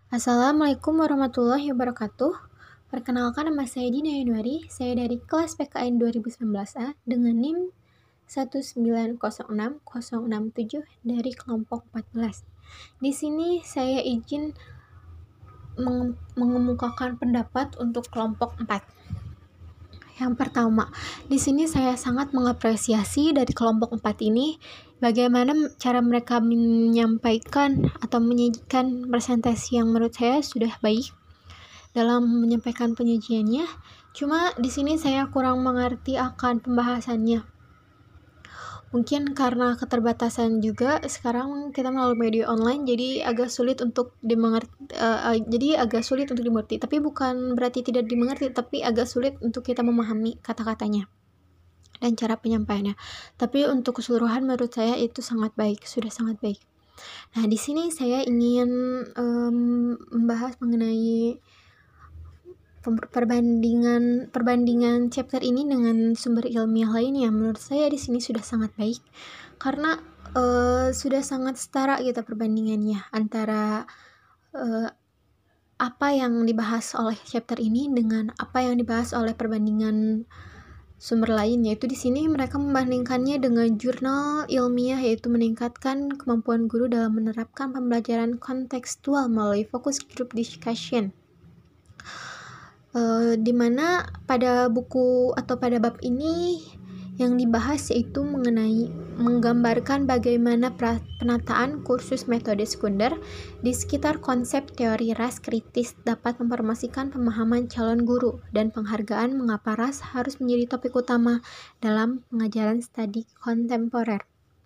Assalamualaikum warahmatullahi wabarakatuh. Perkenalkan, nama saya Dina Yanuari. Saya dari kelas PKN 2019A dengan NIM 1906067 dari kelompok 14. Di sini saya izin mengemukakan pendapat untuk kelompok 4. Yang pertama, di sini saya sangat mengapresiasi dari kelompok 4 ini bagaimana cara mereka menyampaikan atau menyajikan presentasi yang menurut saya sudah baik dalam menyampaikan penyajiannya. Cuma di sini saya kurang mengerti akan pembahasannya. Mungkin karena keterbatasan juga sekarang kita melalui media online, jadi agak sulit untuk dimengerti. Tapi bukan berarti tidak dimengerti, tapi agak sulit untuk kita memahami kata-katanya dan cara penyampaiannya. Tapi untuk keseluruhan menurut saya itu sangat baik, sudah sangat baik. Nah, di sini saya ingin membahas mengenai perbandingan chapter ini dengan sumber ilmiah lainnya. Menurut saya di sini sudah sangat baik karena sudah sangat setara gitu perbandingannya antara apa yang dibahas oleh chapter ini dengan apa yang dibahas oleh perbandingan sumber lain, yaitu di sini mereka membandingkannya dengan jurnal ilmiah, yaitu meningkatkan kemampuan guru dalam menerapkan pembelajaran kontekstual melalui focus group discussion. Di mana pada buku atau pada bab ini yang dibahas yaitu mengenai menggambarkan bagaimana penataan kursus metode sekunder di sekitar konsep teori ras kritis dapat mempromosikan pemahaman calon guru dan penghargaan mengapa ras harus menjadi topik utama dalam pengajaran studi kontemporer.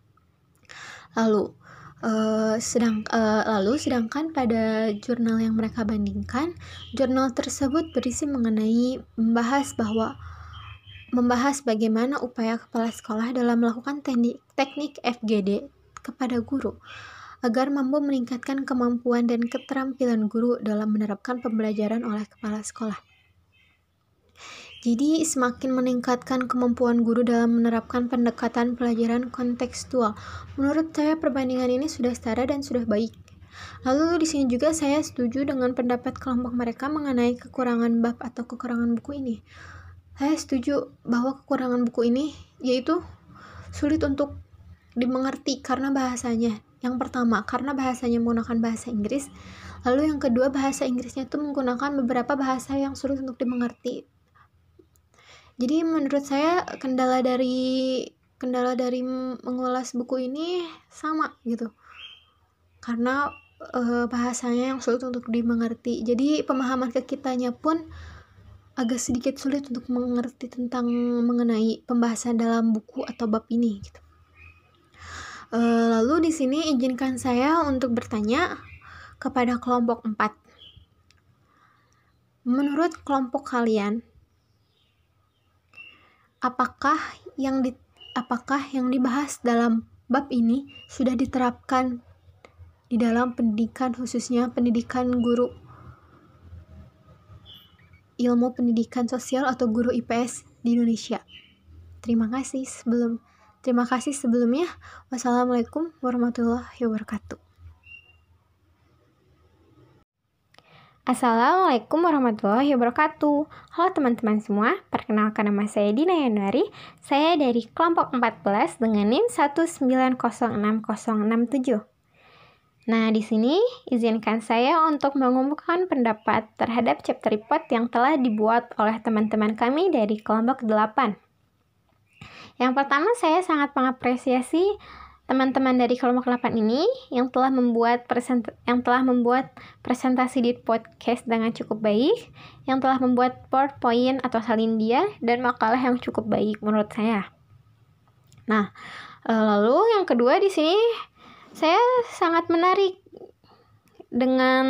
Sedangkan pada jurnal yang mereka bandingkan, jurnal tersebut berisi mengenai membahas bagaimana upaya kepala sekolah dalam melakukan teknik FGD kepada guru agar mampu meningkatkan kemampuan dan keterampilan guru dalam menerapkan pembelajaran oleh kepala sekolah. Jadi semakin meningkatkan kemampuan guru dalam menerapkan pendekatan pelajaran kontekstual. Menurut saya perbandingan ini sudah setara dan sudah baik. Lalu di sini juga saya setuju dengan pendapat kelompok mereka mengenai kekurangan bab atau kekurangan buku ini. Saya setuju bahwa kekurangan buku ini yaitu sulit untuk dimengerti karena bahasanya. Yang pertama, karena bahasanya menggunakan bahasa Inggris. Lalu yang kedua, bahasa Inggrisnya itu menggunakan beberapa bahasa yang sulit untuk dimengerti. Jadi menurut saya kendala dari mengulas buku ini sama gitu. Karena bahasanya yang sulit untuk dimengerti. Jadi pemahaman ke kitanya pun agak sedikit sulit untuk mengerti tentang mengenai pembahasan dalam buku atau bab ini gitu. Lalu di sini izinkan saya untuk bertanya kepada kelompok 4. Menurut kelompok kalian, apakah yang dibahas dalam bab ini sudah diterapkan di dalam pendidikan, khususnya pendidikan guru ilmu pendidikan sosial atau guru IPS di Indonesia? Terima kasih sebelumnya. Wassalamualaikum warahmatullahi wabarakatuh. Assalamualaikum warahmatullahi wabarakatuh. Halo teman-teman semua, perkenalkan nama saya Dina Yanuari. Saya dari kelompok 14 dengan NIM 1906067. Nah, di sini izinkan saya untuk mengumumkan pendapat terhadap chapter report yang telah dibuat oleh teman-teman kami dari kelompok 8. Yang pertama, saya sangat mengapresiasi teman-teman dari kelompok 8 ini yang telah membuat presentasi di podcast dengan cukup baik, yang telah membuat PowerPoint atau salindia dan makalah yang cukup baik menurut saya. Nah, lalu yang kedua di sini saya sangat menarik dengan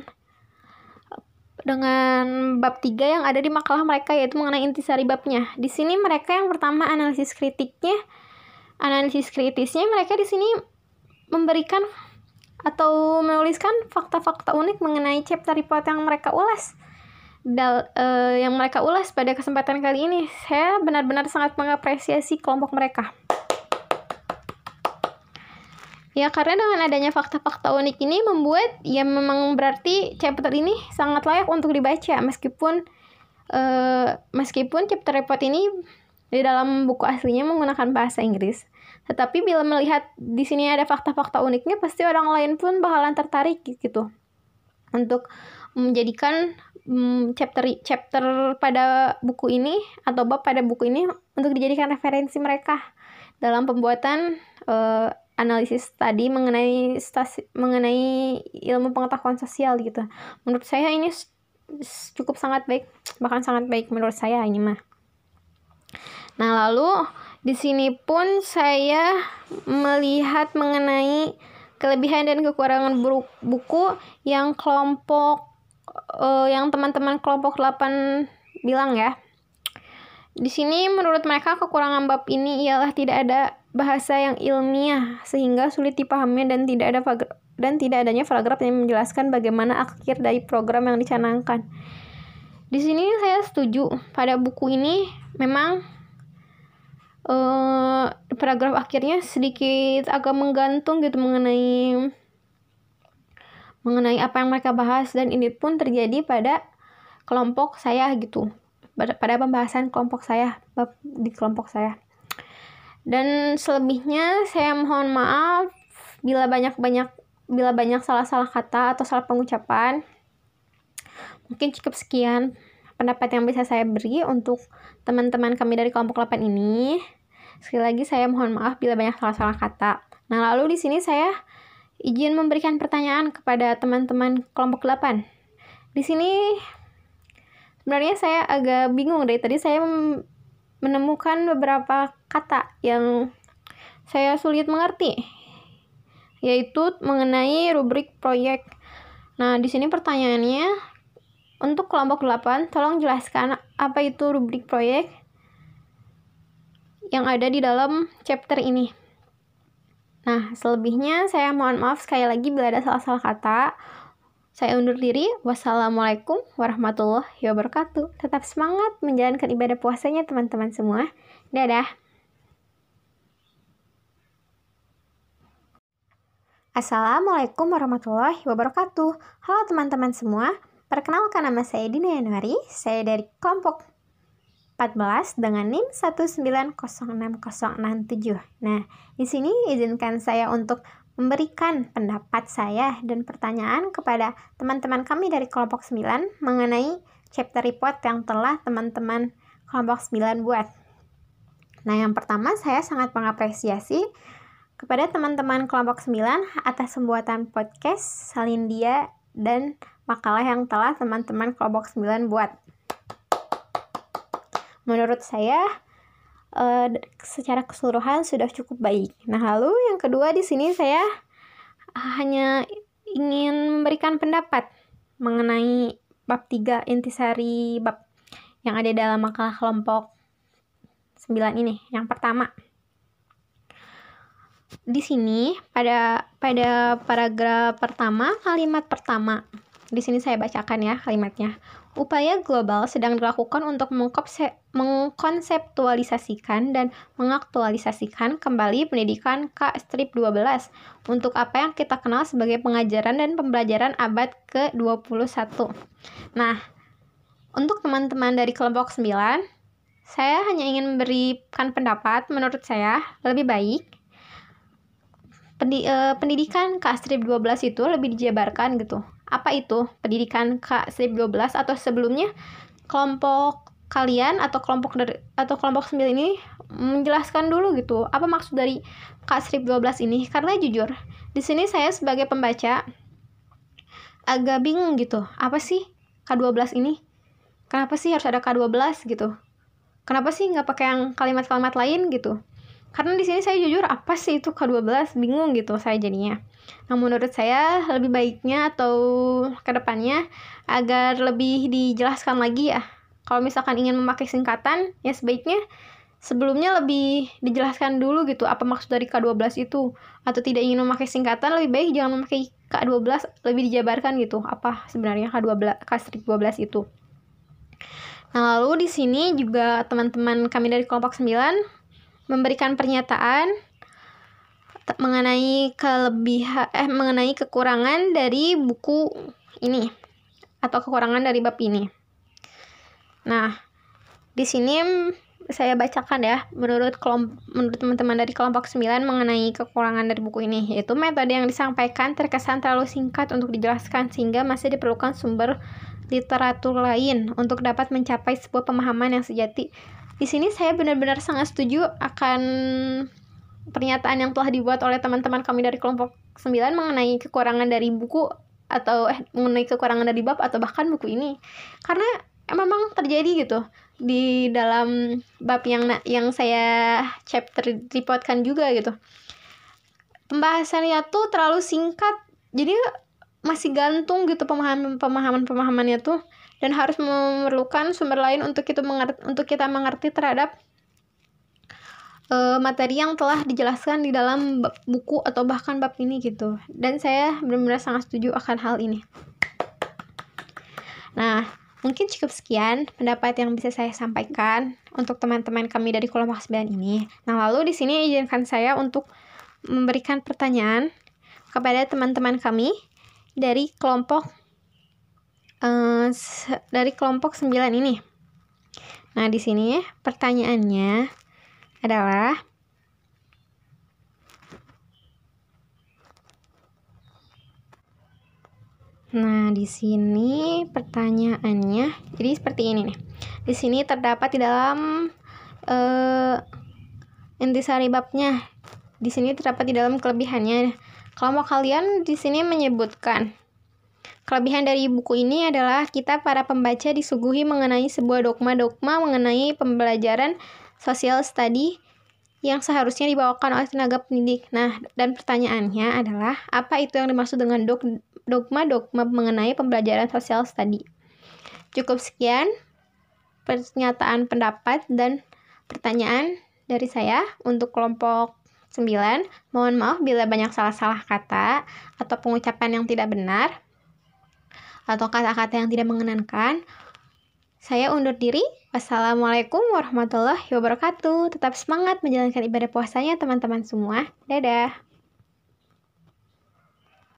bab 3 yang ada di makalah mereka, yaitu mengenai intisari babnya. Di sini mereka yang pertama analisis kritisnya mereka di sini memberikan atau menuliskan fakta-fakta unik mengenai chapter report yang mereka ulas. Pada kesempatan kali ini. Saya benar-benar sangat mengapresiasi kelompok mereka. Ya, karena dengan adanya fakta-fakta unik ini membuat ya memang berarti chapter ini sangat layak untuk dibaca meskipun chapter report ini di dalam buku aslinya menggunakan bahasa Inggris. Tetapi bila melihat di sini ada fakta-fakta uniknya, pasti orang lain pun bakalan tertarik gitu untuk menjadikan chapter pada buku ini atau bab pada buku ini untuk dijadikan referensi mereka dalam pembuatan analisis tadi mengenai ilmu pengetahuan sosial gitu. Menurut saya ini cukup sangat baik, bahkan sangat baik menurut saya ini mah. Nah, lalu di sini pun saya melihat mengenai kelebihan dan kekurangan buku yang yang teman-teman kelompok 8 bilang ya. Di sini menurut mereka kekurangan bab ini ialah tidak ada bahasa yang ilmiah sehingga sulit dipahami dan tidak adanya paragraf yang menjelaskan bagaimana akhir dari program yang dicanangkan. Di sini saya setuju pada buku ini memang paragraf akhirnya sedikit agak menggantung gitu mengenai apa yang mereka bahas, dan ini pun terjadi pada kelompok saya gitu. Pada pembahasan kelompok saya, di kelompok saya. Dan selebihnya saya mohon maaf bila banyak salah-salah kata atau salah pengucapan. Mungkin cukup sekian pendapat yang bisa saya beri untuk teman-teman kami dari kelompok 8 ini. Sekali lagi saya mohon maaf bila banyak salah-salah kata. Nah, lalu di sini saya izin memberikan pertanyaan kepada teman-teman kelompok 8. Di sini sebenarnya saya agak bingung dari tadi saya menemukan beberapa kata yang saya sulit mengerti, yaitu mengenai rubrik proyek. Nah, di sini pertanyaannya untuk kelompok 8, tolong jelaskan apa itu rubrik proyek yang ada di dalam chapter ini. Nah, selebihnya saya mohon maaf sekali lagi bila ada salah-salah kata. Saya undur diri. Wassalamualaikum warahmatullahi wabarakatuh. Tetap semangat menjalankan ibadah puasanya teman-teman semua. Dadah. Assalamualaikum warahmatullahi wabarakatuh. Halo teman-teman semua. Perkenalkan, nama saya Dina Yanuari. Saya dari kelompok 14 dengan NIM 1906067. Nah, di sini izinkan saya untuk memberikan pendapat saya dan pertanyaan kepada teman-teman kami dari kelompok 9 mengenai chapter report yang telah teman-teman kelompok 9 buat. Nah, yang pertama saya sangat mengapresiasi kepada teman-teman kelompok 9 atas pembuatan podcast Salindia dan makalah yang telah teman-teman kelompok 9 buat. Menurut saya secara keseluruhan sudah cukup baik. Nah, lalu yang kedua di sini saya hanya ingin memberikan pendapat mengenai bab 3 intisari bab yang ada dalam makalah kelompok 9 ini. Yang pertama, di sini pada paragraf pertama, kalimat pertama. Di sini saya bacakan ya kalimatnya. Upaya global sedang dilakukan untuk mengkonseptualisasikan dan mengaktualisasikan kembali pendidikan K-12 untuk apa yang kita kenal sebagai pengajaran dan pembelajaran abad ke-21. Nah, untuk teman-teman dari kelompok 9, saya hanya ingin memberikan pendapat menurut saya lebih baik pendidikan K-12 itu lebih dijabarkan gitu. Apa itu pendidikan K-12 atau sebelumnya kelompok kalian atau kelompok 9 ini menjelaskan dulu gitu apa maksud dari K-12 ini, karena jujur di sini saya sebagai pembaca agak bingung gitu. Apa sih K-12 ini? Kenapa sih harus ada K-12 gitu? Kenapa sih nggak pakai yang kalimat-kalimat lain gitu? Karena di sini saya jujur apa sih itu K-12, bingung gitu saya jadinya. Nah, menurut saya lebih baiknya atau kedepannya agar lebih dijelaskan lagi ya. Kalau misalkan ingin memakai singkatan, ya sebaiknya sebelumnya lebih dijelaskan dulu gitu apa maksud dari K-12 itu. Atau tidak ingin memakai singkatan, lebih baik jangan memakai K-12, lebih dijabarkan gitu apa sebenarnya K-12 itu. Nah, lalu di sini juga teman-teman kami dari kelompok 9 memberikan pernyataan mengenai mengenai kekurangan dari buku ini atau kekurangan dari bab ini. Nah, di sini saya bacakan ya, menurut teman-teman dari kelompok 9 mengenai kekurangan dari buku ini, yaitu metode yang disampaikan terkesan terlalu singkat untuk dijelaskan sehingga masih diperlukan sumber literatur lain untuk dapat mencapai sebuah pemahaman yang sejati. Di sini saya benar-benar sangat setuju akan pernyataan yang telah dibuat oleh teman-teman kami dari kelompok 9 mengenai kekurangan dari buku atau mengenai kekurangan dari bab atau bahkan buku ini. Karena memang terjadi gitu di dalam bab yang saya chapter reportkan juga gitu. Pembahasannya tuh terlalu singkat, jadi masih gantung gitu pemahamannya tuh, dan harus memerlukan sumber lain untuk kita mengerti terhadap materi yang telah dijelaskan di dalam buku atau bahkan bab ini gitu. Dan saya benar-benar sangat setuju akan hal ini. Nah, mungkin cukup sekian pendapat yang bisa saya sampaikan untuk teman-teman kami dari kelompok 9 ini. Nah, lalu di sini izinkan saya untuk memberikan pertanyaan kepada teman-teman kami dari kelompok 9 ini. Nah, di sini pertanyaannya adalah Nah, di sini pertanyaannya jadi seperti ini nih. Di sini terdapat di dalam intisari babnya. Di sini terdapat di dalam kelebihannya. Kelompok kalian di sini menyebutkan kelebihan dari buku ini adalah kita para pembaca disuguhi mengenai sebuah dogma-dogma mengenai pembelajaran social study yang seharusnya dibawakan oleh tenaga pendidik. Nah, dan pertanyaannya adalah apa itu yang dimaksud dengan dogma-dogma mengenai pembelajaran social study? Cukup sekian pernyataan pendapat dan pertanyaan dari saya untuk kelompok 9. Mohon maaf bila banyak salah-salah kata atau pengucapan yang tidak benar atau kata-kata yang tidak mengenakan. Saya undur diri. Wassalamualaikum warahmatullahi wabarakatuh. Tetap semangat menjalankan ibadah puasanya teman-teman semua. Dadah.